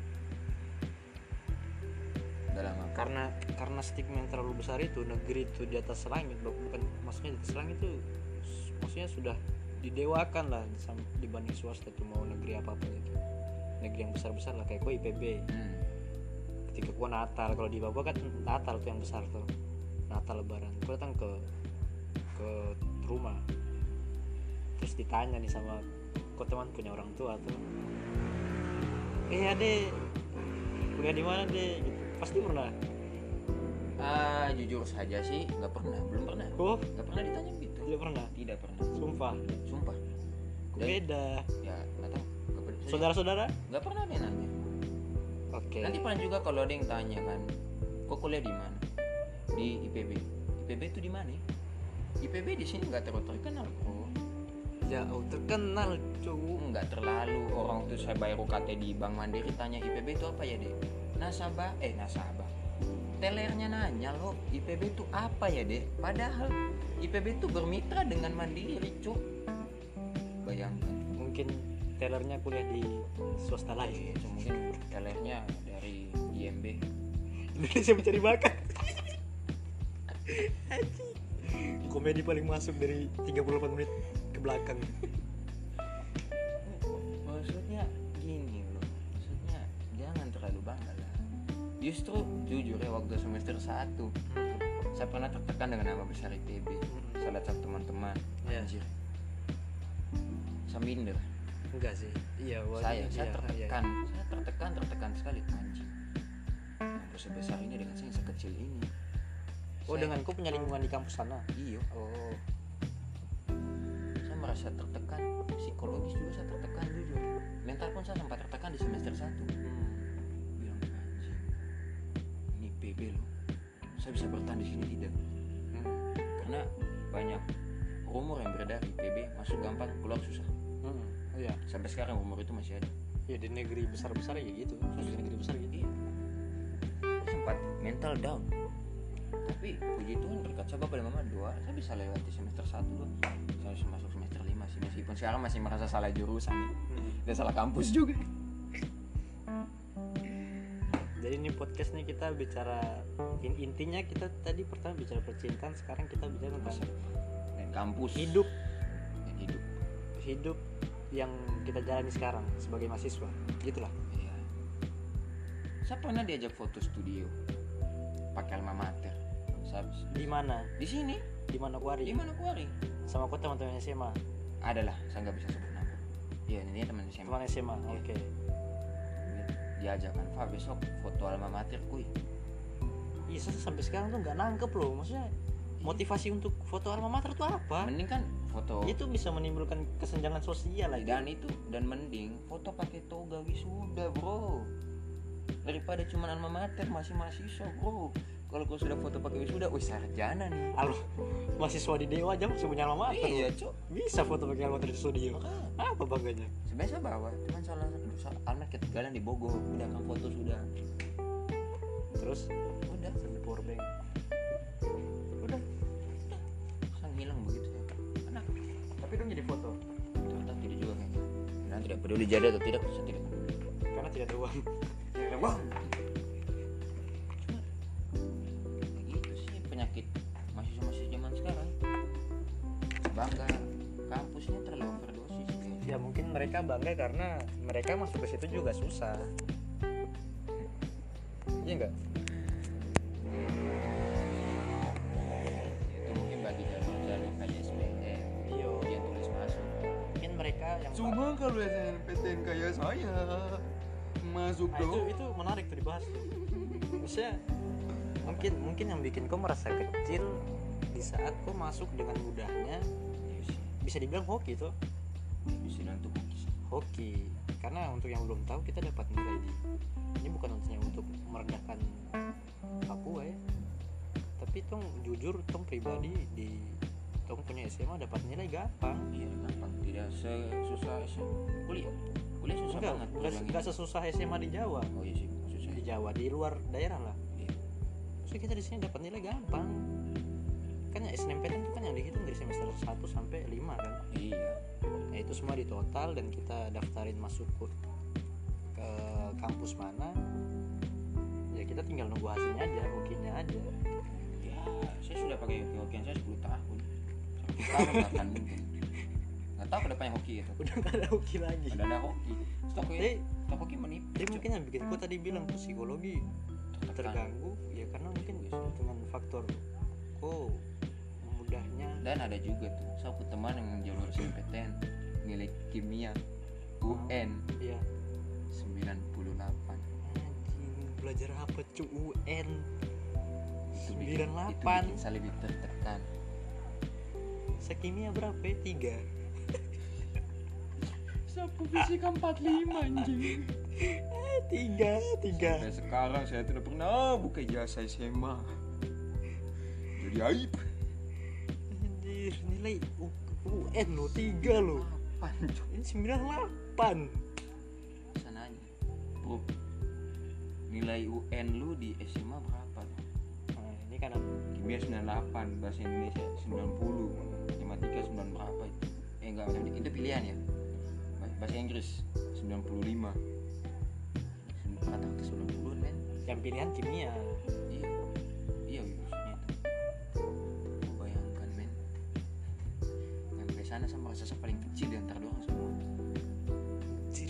dalam apa? karena karena stigma yang terlalu besar itu negeri itu di atas langit, bukan maksudnya di atas langit itu maksudnya sudah didewakan lah sam- dibanding swasta itu mau negeri apapun itu, negeri yang besar-besar lah kayak gua I P B. Hmm. Ketika gua Natal, kalau di Papua kan Natal tuh yang besar tuh, Natal Lebaran, gua datang ke ke rumah terus ditanya nih sama kok teman punya orang tua tuh, eh ade kuliah di mana deh gitu, pasti pernah. Ah, jujur saja sih nggak pernah, belum pernah. Oh Nggak pernah ditanya gitu. tidak pernah, Tidak pernah. sumpah. Sumpah. Kok Dan- beda Ya nggak tahu. Nggak pernah. saudara-saudara. Nggak pernah dia nanya. Oke. Nanti paling juga kalau ada yang tanya kan, kok kuliah di mana? Di I P B. I P B itu di mana? I P B di sini nggak terlalu terkenal kok. Ya oh terkenal cu. Nggak terlalu. Orang tuh saya bayar U K T di Bank Mandiri tanya I P B itu apa ya deh? Nasabah, eh nasabah. Telernya nanya loh, I P B itu apa ya deh? Padahal I P B itu bermitra dengan Mandiri cuk. Bayangkan. Mungkin tellernya kuliah di swasta lain. Itu mungkin telernya dari I M B. Indonesia mencari bakat. Anjing. Komedi paling masuk dari tiga puluh delapan menit ke belakang. Maksudnya gini loh, maksudnya jangan terlalu bangga lah. Justru jujur ya waktu semester satu saya pernah tertekan dengan nama besar I P B. Salah satu teman-teman Ya. anjir, saya minder. Enggak sih. Iya, Saya, saya iya, tertekan, saya tertekan, tertekan sekali anjing. kampus sebesar ini dengan saya yang sekecil ini. Oh, Saya- dengan kau punya lingkungan di kampus sana. Iya, Oh. saya merasa tertekan, psikologis juga saya tertekan jujur. Mental pun saya sempat tertekan di semester satu. Hmm. Bilang anjing, ini P B loh, saya bisa bertahan di sini tidak? Hmm. Karena banyak rumor yang beredar di P B masuk gampang, keluar susah. Hmm. Iya. Sampai sekarang rumor itu masih ada. Ya di negeri besar-besar ya gitu. Di negeri besar gitu. Iya. Saya sempat mental down. Tapi puji Tuhan berkat saya Bapak dan Mama doa, saya bisa lewati semester satu loh. Saya bisa masuk semester lima sih, meskipun sekarang masih merasa salah jurusan nih. Hmm. Dan salah kampus juga. Jadi ini podcast nih kita bicara in- intinya kita tadi pertama bicara percintaan, sekarang kita bicara tentang Dan kampus hidup dan hidup. hidup yang kita jalani sekarang sebagai mahasiswa. Gitulah. Iya. Saya pernah diajak foto studio pakai alma mater. Saya Di mana? di sini, Di Manokwari. di Manokwari. Sama kau teman-teman S M A. Adalah, saya nggak bisa sebut nama. Iya, ini teman S M A. Teman S M A. Iya. Oke. Diajak kan, Pak besok foto alma mater kuy. Iya, saya sampai sekarang tuh nggak nangkep loh. Maksudnya motivasi untuk foto alma mater itu apa? Mending kan foto Itu bisa menimbulkan kesenjangan sosial lagi. dan itu dan mending foto pakai toga wisuda bro, daripada cuman alma mater masih mahasiswa bro. Kalau kau sudah foto pakai wisuda, wih sarjana nih. Halo, mahasiswa di Dewa aja masih punya alma mater. Iya loh. cok. Bisa foto pakai alma mater di studio. Apa bangganya? Sebenarnya saya bawa, cuman salah dosa anak ketinggalan di Bogor. Udah kan foto sudah. Terus Udah, sampai power bank. udah. Saya ngilang begitu ya. Anak. Tapi dong jadi foto Ternyata tidak juga kayaknya. Dan tidak peduli jadi atau tidak, saya tidak peduli. karena tidak ada uang. Tidak ada uang. Cuma begitu sih penyakit mahasiswa-mahasiswa zaman sekarang. Bangga kampusnya terlalu overdosis kayaknya. Ya mungkin mereka bangga karena mereka masuk ke situ juga susah. Iya enggak? Itu mungkin bagi jalur-jalur K J S P N Iya. dia tulis masuk. Mungkin mereka yang Cuma kalau S N M P T N kayak saya masuk Nah, itu itu menarik tuh dibahas tuh. Maksudnya mungkin mungkin yang bikin kau merasa kecil di saat kau masuk dengan mudahnya, bisa dibilang hoki tuh. Bisa nanti Hoki. Karena untuk yang belum tahu kita dapat nilai di ini bukan maksudnya untuk merendahkan Papua ya. Tapi tong jujur tong pribadi di tong punya S M A dapat nilai gampang. Iya gampang, tidak sesusah S M A. Kuliah kuliah susah Enggak, banget enggak, kuliah enggak sesusah S M A di Jawa. gitu. Oh iya sih maksud saya. Di Jawa di luar daerah lah. Iya. So kita di sini dapat nilai gampang. Kan ya S N M P T N itu kan yang dihitung dari semester satu sampai lima kan. Iya. Nah, itu semua di total dan kita daftarin masuk ke, ke kampus mana. Ya kita tinggal nunggu hasilnya aja, hokinya aja. Ya, saya sudah pakai hoki saya sepuluh tahun. sepuluh tahun nggak akan mungkin. Nggak tahu kedepannya hoki itu. Udah gak ada hoki lagi. Udah ada hoki. Stok Tapi, hoki, stok hoki menipis. tapi Cok. mungkin yang bikin gua tadi bilang tuh psikologi Tertekan. terganggu ya karena mungkin dengan faktor oh mudahnya. Dan ada juga tuh, saya punya teman yang jalur S M P T N nilai kimia U N Iya. sembilan puluh delapan. Anjing, belajar apa cu U N Itu bikin, sembilan puluh itu delapan. bikin saya lebih tertekan. Sekimia berapa ya? tiga. Sapu fisika empat puluh lima anjing. Eh, tiga, tiga. Sampai sekarang saya tidak pernah buka ijazah S M A. Jadi aib. Anjir, nilai U- UN lo tiga lo. Apaan cok? Ini sembilan puluh delapan. Sana aja. Bro, nilai U N lu di S M A berapa? Nah, ini kan Kimia sembilan puluh delapan, bahasa Indonesia sembilan puluh, matematika sembilan berapa itu? Eh enggak, itu pilihan ya. Bahasa Inggris sembilan puluh lima. Rata-rata sembilan puluh men. yang pilihan kimia. Iya. Iya maksudnya itu. Kau bayangkan men. Sampai sana saya merasa saya paling kecil di antara dua semua. Anjir.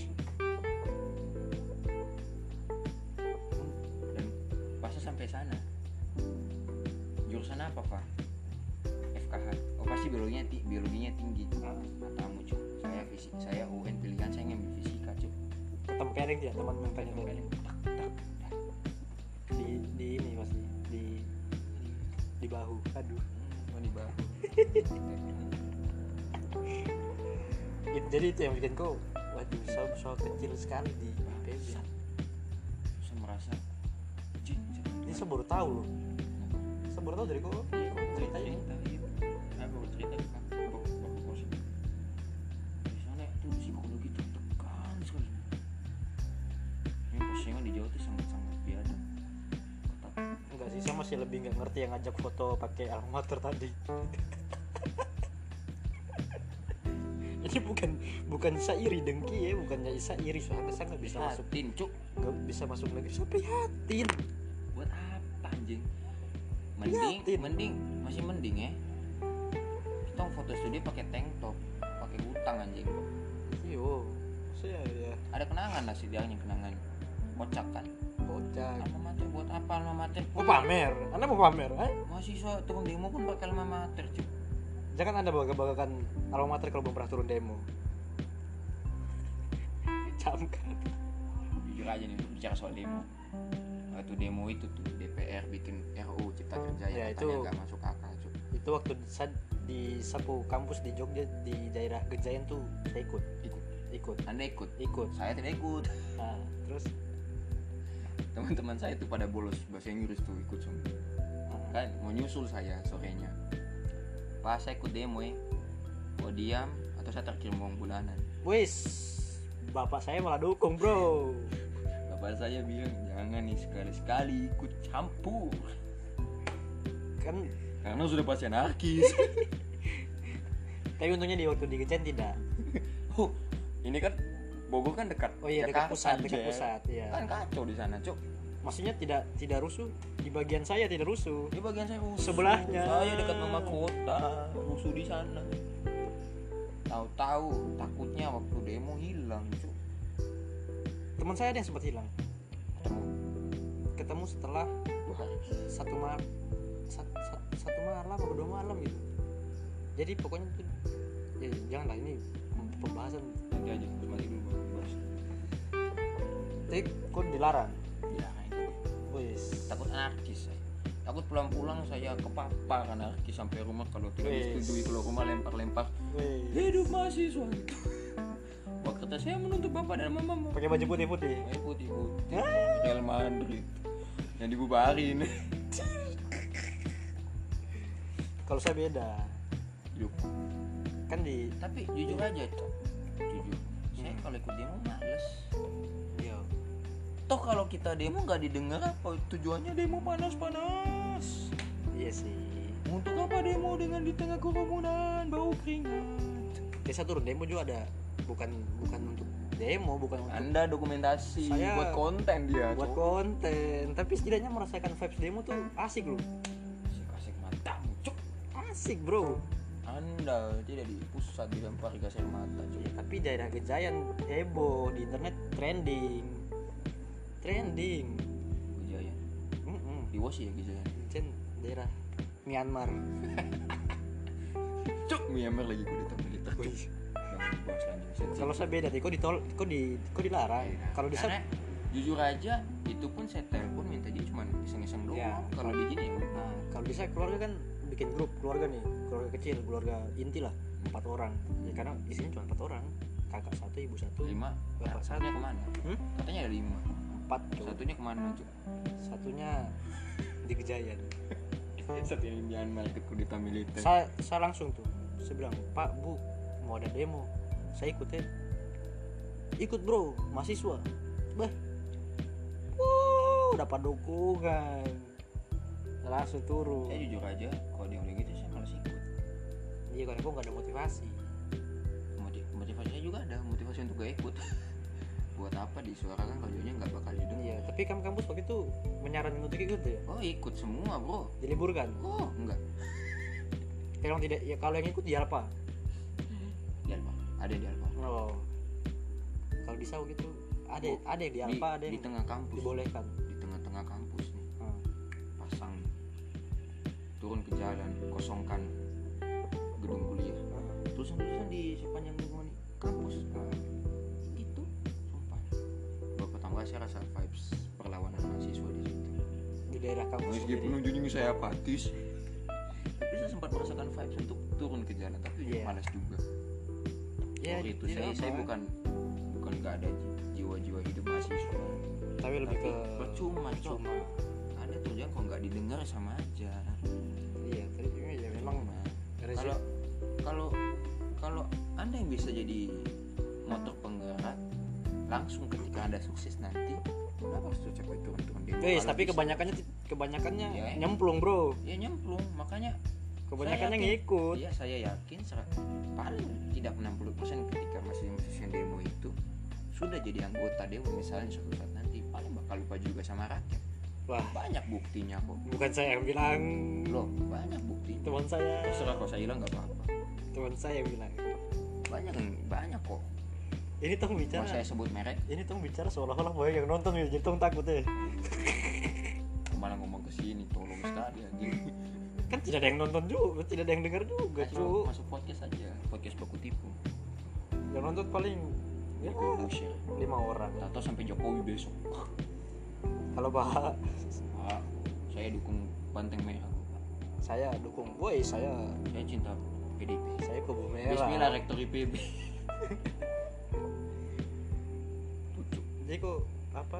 Dan pas saya sampai sana, jurusan apa Pak? F K H. Oh pasti biologinya ti- biologinya tinggi. Matamu cuk. Saya fisik, saya U N pilihan saya ngambil fisika cuk. Tempeleng dia teman-teman tanya tadi. di ini pasti di di bahu. Aduh. Mau di bahu. It- jadi itu yang bikin kau waduh soal soal kecil sekali di P B. Saya merasa jing. Ini saya baru tahu loh. Saya baru tahu dari kau. Iya, kok Cerita cerita ini. cerita itu. Aku cerita ke Pak Bok Bok Bos. Di sana tuh psikologi tertekan sekali. Ini postingan di Jawa tuh sangat-sangat biadab. Ketat. Enggak sih, saya masih lebih nggak ngerti yang ngajak foto pakai alma mater tadi. Ini bukan bukan saya iri dengki ya, bukannya saya iri soalnya saya nggak bisa masuk Prihatin, cuk. nggak bisa masuk negeri. Saya prihatin. Buat apa anjing? Mending, Prihatin. mending, masih mending ya. Kita foto studio pakai tank top, pakai hutang anjing. Yo, saya ya Ada kenangan lah setidaknya kenangan. Kocak kan? bocah. Alma mater buat apa alma mater? Mau pamer, anda mau pamer? Eh? Mahasiswa turun demo pun pakai alma mater, cuk. Jangan anda bangga-banggakan alma mater kalau belum pernah turun demo. Camkan. Jujur aja nih bicara soal demo. Waktu demo itu tuh D P R bikin R U U Cipta Kerja Ya, yang itu- katanya nggak masuk akal, cuk. Itu waktu saya di sapu kampus di Jogja di daerah Gejayan tuh saya ikut, Ikut. ikut, Anda ikut? ikut. Saya tidak ikut. Nah, terus Teman-teman saya tuh pada bolos bahasa Inggris tuh ikut semua. ah, Kan mau nyusul saya sorenya. Pas saya ikut demo ya, mau diam atau saya terkirim uang bulanan. wis, bapak saya malah dukung bro. Bapak saya bilang jangan nih sekali-sekali ikut campur Kan, karena sudah pasti anarkis. tapi untungnya di waktu di Gejayan tidak. Oh, ini kan Bogor kan dekat. Oh iya, dekat Jakarta, pusat, dekat Jel. pusat, iya. Kan kacau di sana, cuk. Maksudnya tidak tidak rusuh di bagian saya, tidak rusuh. Di bagian saya rusuh. Sebelahnya. Saya dekat mama kota, rusuh di sana. Tahu-tahu takutnya waktu demo hilang, cuk. Teman saya ada yang sempat hilang. Ketemu Ketemu setelah dua hari. satu malam satu, satu malam atau dua malam gitu. Jadi pokoknya tuh ya janganlah ini pembahasan. Nanti aja, mati dulu baru bahas. Tapi kok dilarang? Ya, itu dia. Wis. Takut anarkis saya. Takut pulang-pulang saya kepapar anarkis sampai rumah kalau tidak Wes. disetujui keluar rumah lempar-lempar. Wis. Hidup mahasiswa gitu. Wah kata saya menuntut bapak dan mama. Pakai baju putih-putih. Main putih-putih. Real Madrid yang dibubarin. Kalau saya beda. Yuk. Kan di Tapi jujur aja, Cok. Jujur. Saya kalau ikut demo males. ya, Toh kalau kita demo nggak didengar apa tujuannya demo panas-panas? iya sih. Untuk apa demo dengan di tengah kerumunan bau keringat? Desa turun demo juga ada bukan bukan untuk demo, bukan untuk Anda dokumentasi Saya buat konten dia, buat Cok. konten, tapi setidaknya merasakan vibes demo tuh asik loh. Asik-asik matamu, Cok. Asik bro. Anda tidak di pusat dilempar gas air mata, Cok. Ya, tapi daerah Gejayan heboh di internet, trending trending Gejayan. Mm-mm. Di Wosi ya Gejayan. Gejayan daerah Myanmar. Cok, Myanmar lagi kudeta militer. Cok. Wih. Jangan dibahas lanjut. Kalau saya beda, kok ditol kok di kok dilarang. Kalau di Karena sana jujur aja itu pun saya telepon minta dia cuma iseng-iseng doang. Ya. Kalau di sini ya nah, kalau di saya keluarga kan bikin grup keluarga nih, keluarga kecil, keluarga inti lah, empat orang. Ya karena isinya cuma empat orang, kakak satu, ibu satu, lima. bapak Nah, satu, satunya kemana? Hmm? Katanya ada lima. empat tuh. Satunya kemana, Cok? Satunya di Gejayan. Satu yang di Myanmar ikut kudeta militer. Saya saya langsung tuh, saya bilang, Pak, Bu, mau ada demo, saya ikut ya. Ikut bro, mahasiswa. Bah, wuh, dapat dukungan, langsung turun. Saya jujur aja kalau dia udah gitu saya malas ikut. Iya kan, kok nggak ada motivasi. Motiv- motivasi saya juga ada, motivasi untuk gak ikut. Buat apa disuarakan kalau jadinya nggak bakal didengar. Iya, tapi kamu kampus waktu itu menyarankan untuk ikut ya, Oh ikut semua bro. diliburkan. Oh enggak. Kalau tidak, ya kalau yang ikut di apa? Di Alfa. Ada di Alfa. Oh, kalau di Sau gitu ada Oh, ada yang di Di, Alfa, ada di yang tengah kampus. dibolehkan. Di tengah-tengah kampus nih. Hmm. Pasang. Turun ke jalan, kosongkan gedung kuliah. Tulisan-tulisan di sepanjang lingkungan kampus. Gitu. Sumpah. Gua pertama saya rasa vibes perlawanan mahasiswa di situ. Di daerah kampus meskipun ujungnya saya apatis, tapi saya sempat merasakan vibes untuk turun ke jalan, tapi Iya. malas juga. ya Waktu itu tidak saya apa. saya bukan bukan nggak ada ji- jiwa-jiwa hidup mahasiswa, tapi lebih tapi ke percuma Cok. cuma Ada tuh jangan kalau nggak didengar sama aja. iya tapi ya memang Cuma, resi- kalau kalau kalau anda yang bisa jadi motor penggerak langsung ketika anda sukses nanti, kenapa harus capek turun-turun demo? Guys, Kalau tapi bisa- kebanyakannya kebanyakannya Iya. nyemplung bro, ya nyemplung, makanya kebanyakannya Saya yakin- ngikut. Iya, saya yakin ser- paling tidak enam puluh persen ketika masih musisi demo itu sudah jadi anggota dewan misalnya suatu saat nanti, paling bakal lupa juga sama rakyat. Wah, Banyak buktinya kok. bukan saya yang bilang, Loh, banyak buktinya. teman saya, Terserah kalau saya hilang nggak apa-apa. teman saya yang bilang. Banyak banyak kok. Ini tong bicara, Mau saya sebut merek, ini tong bicara seolah-olah banyak yang nonton ya, jadi tong takut ya. malah ngomong ke sini, tolong sekali anjing. Kan tidak ada yang nonton juga, tidak ada yang dengar juga, Masuk, cu. masuk podcast aja, podcast Baku Tipu. Yang nonton paling ya, Itu share. lima orang. Tato sampai Jokowi besok. Kalau Pak, Ah, saya dukung Banteng Merah. saya dukung, woi saya, Saya cinta P D P. saya kubu merah. Bismillah rektor I P B. Pucuk. Jadi kok apa?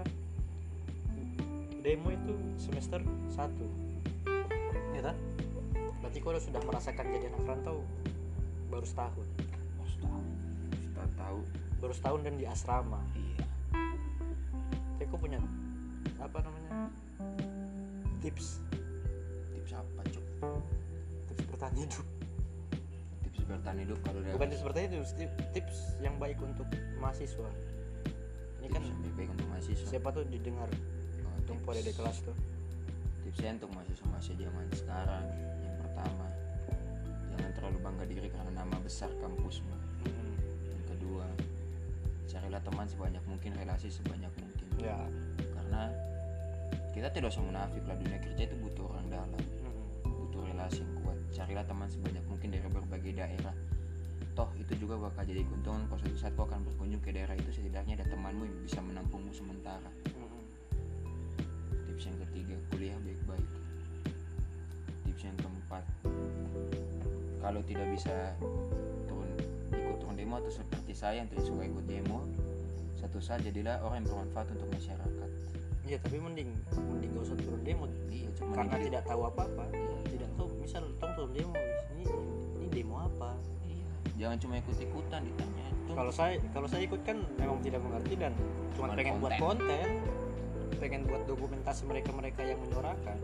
Demo itu semester satu, ya kan? Berarti kau sudah merasakan jadi anak rantau baru setahun, Harus tahu. Kita tahu. baru setahun dan di asrama. Iya. Jadi kau punya apa namanya tips, Tips apa cok? tips bertahan hidup. Tips bertahan hidup kalau udah. Bukan tips bertahan hidup, tips, tips yang baik untuk mahasiswa. Ini kan Tips yang baik untuk mahasiswa. siapa tuh didengar Oh, tumpu ada di tips. kelas tuh. Tips saya untuk mahasiswa-mahasiswa zaman sekarang, yang pertama, jangan terlalu bangga diri karena nama besar kampusmu. Hmm. Yang kedua, carilah teman sebanyak mungkin, relasi sebanyak mungkin. Ya. Karena kita tidak usah munafik lah, dunia kerja itu butuh orang dalam, Hmm. butuh relasi yang kuat. Carilah teman sebanyak mungkin dari berbagai daerah. Toh itu juga bakal jadi keuntungan kalau suatu saat kau akan berkunjung ke daerah itu, setidaknya ada temanmu yang bisa menampungmu sementara. Hmm. Tips yang ketiga, kuliah baik-baik. Tips yang keempat, kalau tidak bisa turun ikut turun demo atau seperti saya yang tidak suka ikut demo, satu saat jadilah orang yang bermanfaat untuk masyarakat. Iya, tapi mending mending gak usah turun demo Iya, cuma karena ini- tidak tahu apa-apa. Tidak tahu, misal tong turun demo ini ini demo apa. Iya, jangan cuma ikut-ikutan ditanya itu. Kalau saya kalau saya ikut kan memang tidak mengerti dan cuma Cuman pengen buat konten. konten, pengen buat dokumentasi mereka-mereka yang menyuarakan.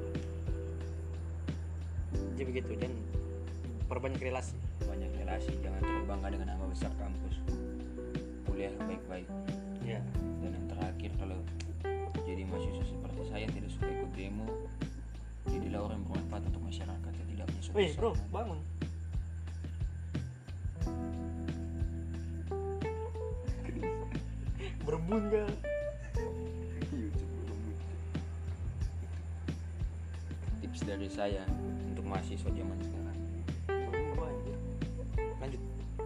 Jadi begitu, dan perbanyak relasi. banyak relasi, jangan terlalu bangga dengan nama besar kampus. Kuliah baik-baik. Iya. Dan yang terakhir, kalau jadi mahasiswa seperti saya yang tidak suka ikut demo, jadilah orang yang bermanfaat untuk masyarakat, setidaknya suatu Wih saat bro, nanti. bangun. Berebut gak? Tips dari saya untuk mahasiswa zaman sekarang. Berebut anjir. Lanjut.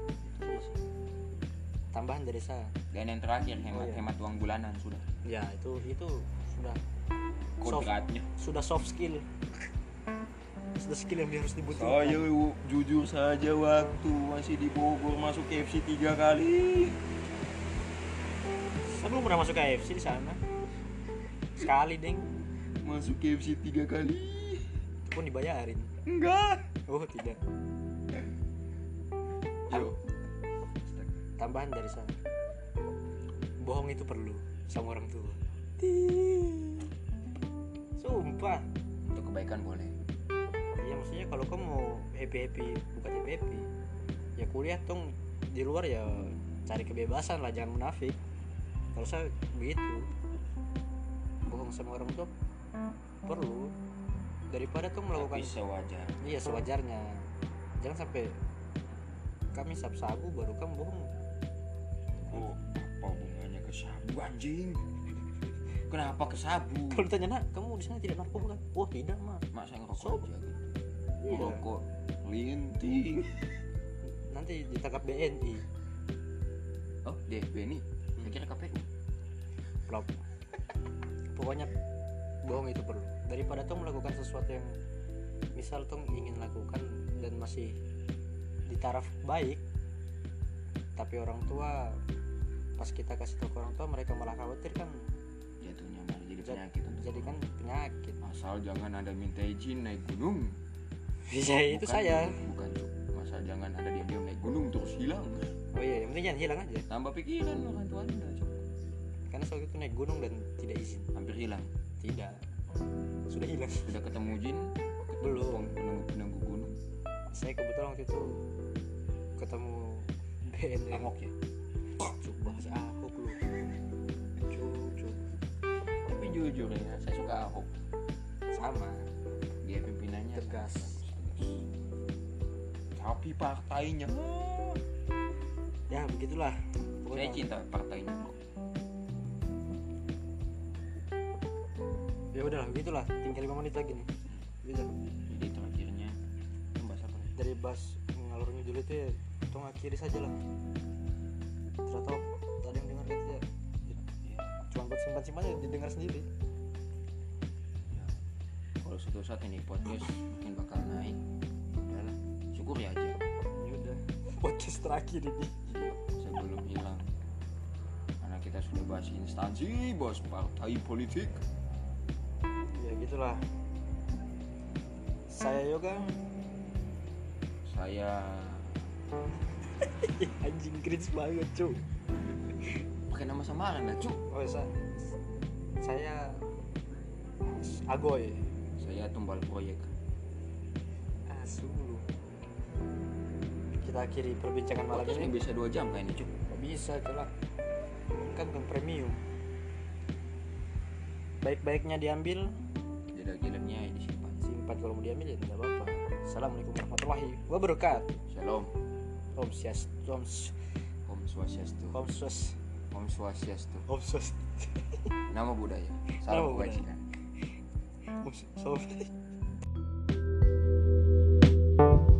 Tambahan dari saya. Dan yang terakhir, hemat Oh, iya. hemat uang bulanan sudah. Ya itu itu sudah soft, Kodratnya. sudah soft skill. Sudah skill yang harus dibutuhkan. Saya jujur saja, waktu masih di Bogor masuk K F C tiga kali. Saya belum pernah masuk K F C di sana. Sekali deng, Masuk K F C tiga kali. itu pun dibayarin. Enggak. Oh tidak. Yo. Tambahan dari saya. Bohong itu perlu sama orang tua. Sumpah. Untuk kebaikan boleh. Iya maksudnya kalau kamu mau happy happy bukan happy happy, ya kuliah tong di luar ya cari kebebasan lah, jangan munafik. Kalau saya begitu, bohong sama orang tua perlu daripada tuh melakukan. Tapi sewajar. Iya sewajarnya, jangan sampai kami sabu-sabu baru kamu bohong. Oh, apa hubungannya ke sabu anjing? Kenapa ke sabu? Kalau ditanya, nak kamu di sana tidak narkoba kan? Oh tidak mah. Mak saya ngerokok Sob. aja gitu. Iya. Ngerokok linting. Nanti ditangkap B N I. Oh, D B ini. Saya kira K P U. Flop. Pokoknya bohong itu perlu. Daripada tong melakukan sesuatu yang misal tong ingin lakukan dan masih di taraf baik, tapi orang tua pas kita kasih tahu ke orang tua mereka malah khawatir kan, jatuhnya malah jadi Jad- penyakit untuk jadi kan penyakit. asal jangan ada minta izin naik gunung. Bisa itu Bukan- saya. bukan Cuk. Asal jangan ada diam-diam naik gunung terus hilang. Oh iya, yang penting jangan hilang aja. Tambah pikiran orang tua Anda, Cuk. Karena soal itu naik gunung dan tidak izin. Hampir hilang. Tidak. Sudah hilang. Sudah ketemu jin? Ketemu Belum. penunggu penunggu gunung. Saya kebetulan waktu itu ketemu B N M. Ahok ya. Cuk, bahasa Ahok lu. Cuk, cuk. Tapi jujur ya, saya suka Ahok. Sama. Dia pimpinannya Tegas. tegas. Tapi partainya, Ya begitulah. saya Pokoknya cinta partainya, bro. ya udahlah begitulah. Tinggal lima menit lagi nih. Bisa. Jadi terakhirnya bahas apa? Dari bas ngalur ngidul itu ya, tong akhiri saja lah. Tidak tahu tadi yang dengar kata Ya, cuma buat simpan-simpan aja didengar sendiri. ya. Kalau suatu saat ini podcast mungkin bakal naik, udahlah, syukuri aja. Ya udah. Podcast terakhir ini. Sebelum hilang, karena kita sudah bahas instansi, bahas partai politik. Ya gitulah. Saya Yoga. Saya Anjing cringe banget cu. pakai nama samaran lah, Cuk. Oh sa- saya Agoy. Saya tumbal proyek. Asu lu. Kita akhiri perbincangan malam Podcast ini. ini bisa dua jam kayak ini, Cuk. Gak bisa celak. Kan bukan premium. Baik-baiknya diambil, Jelek-jeleknya disimpan. simpan kalau mau diambil ya tidak apa-apa. Assalamualaikum warahmatullahi wabarakatuh. Shalom. Om Swastiastu. Om S- Om Swastiastu. Om Swas. Om Swastiastu. Om Swas. Nama budaya. Nama Salam budaya. kebajikan. Om Swas.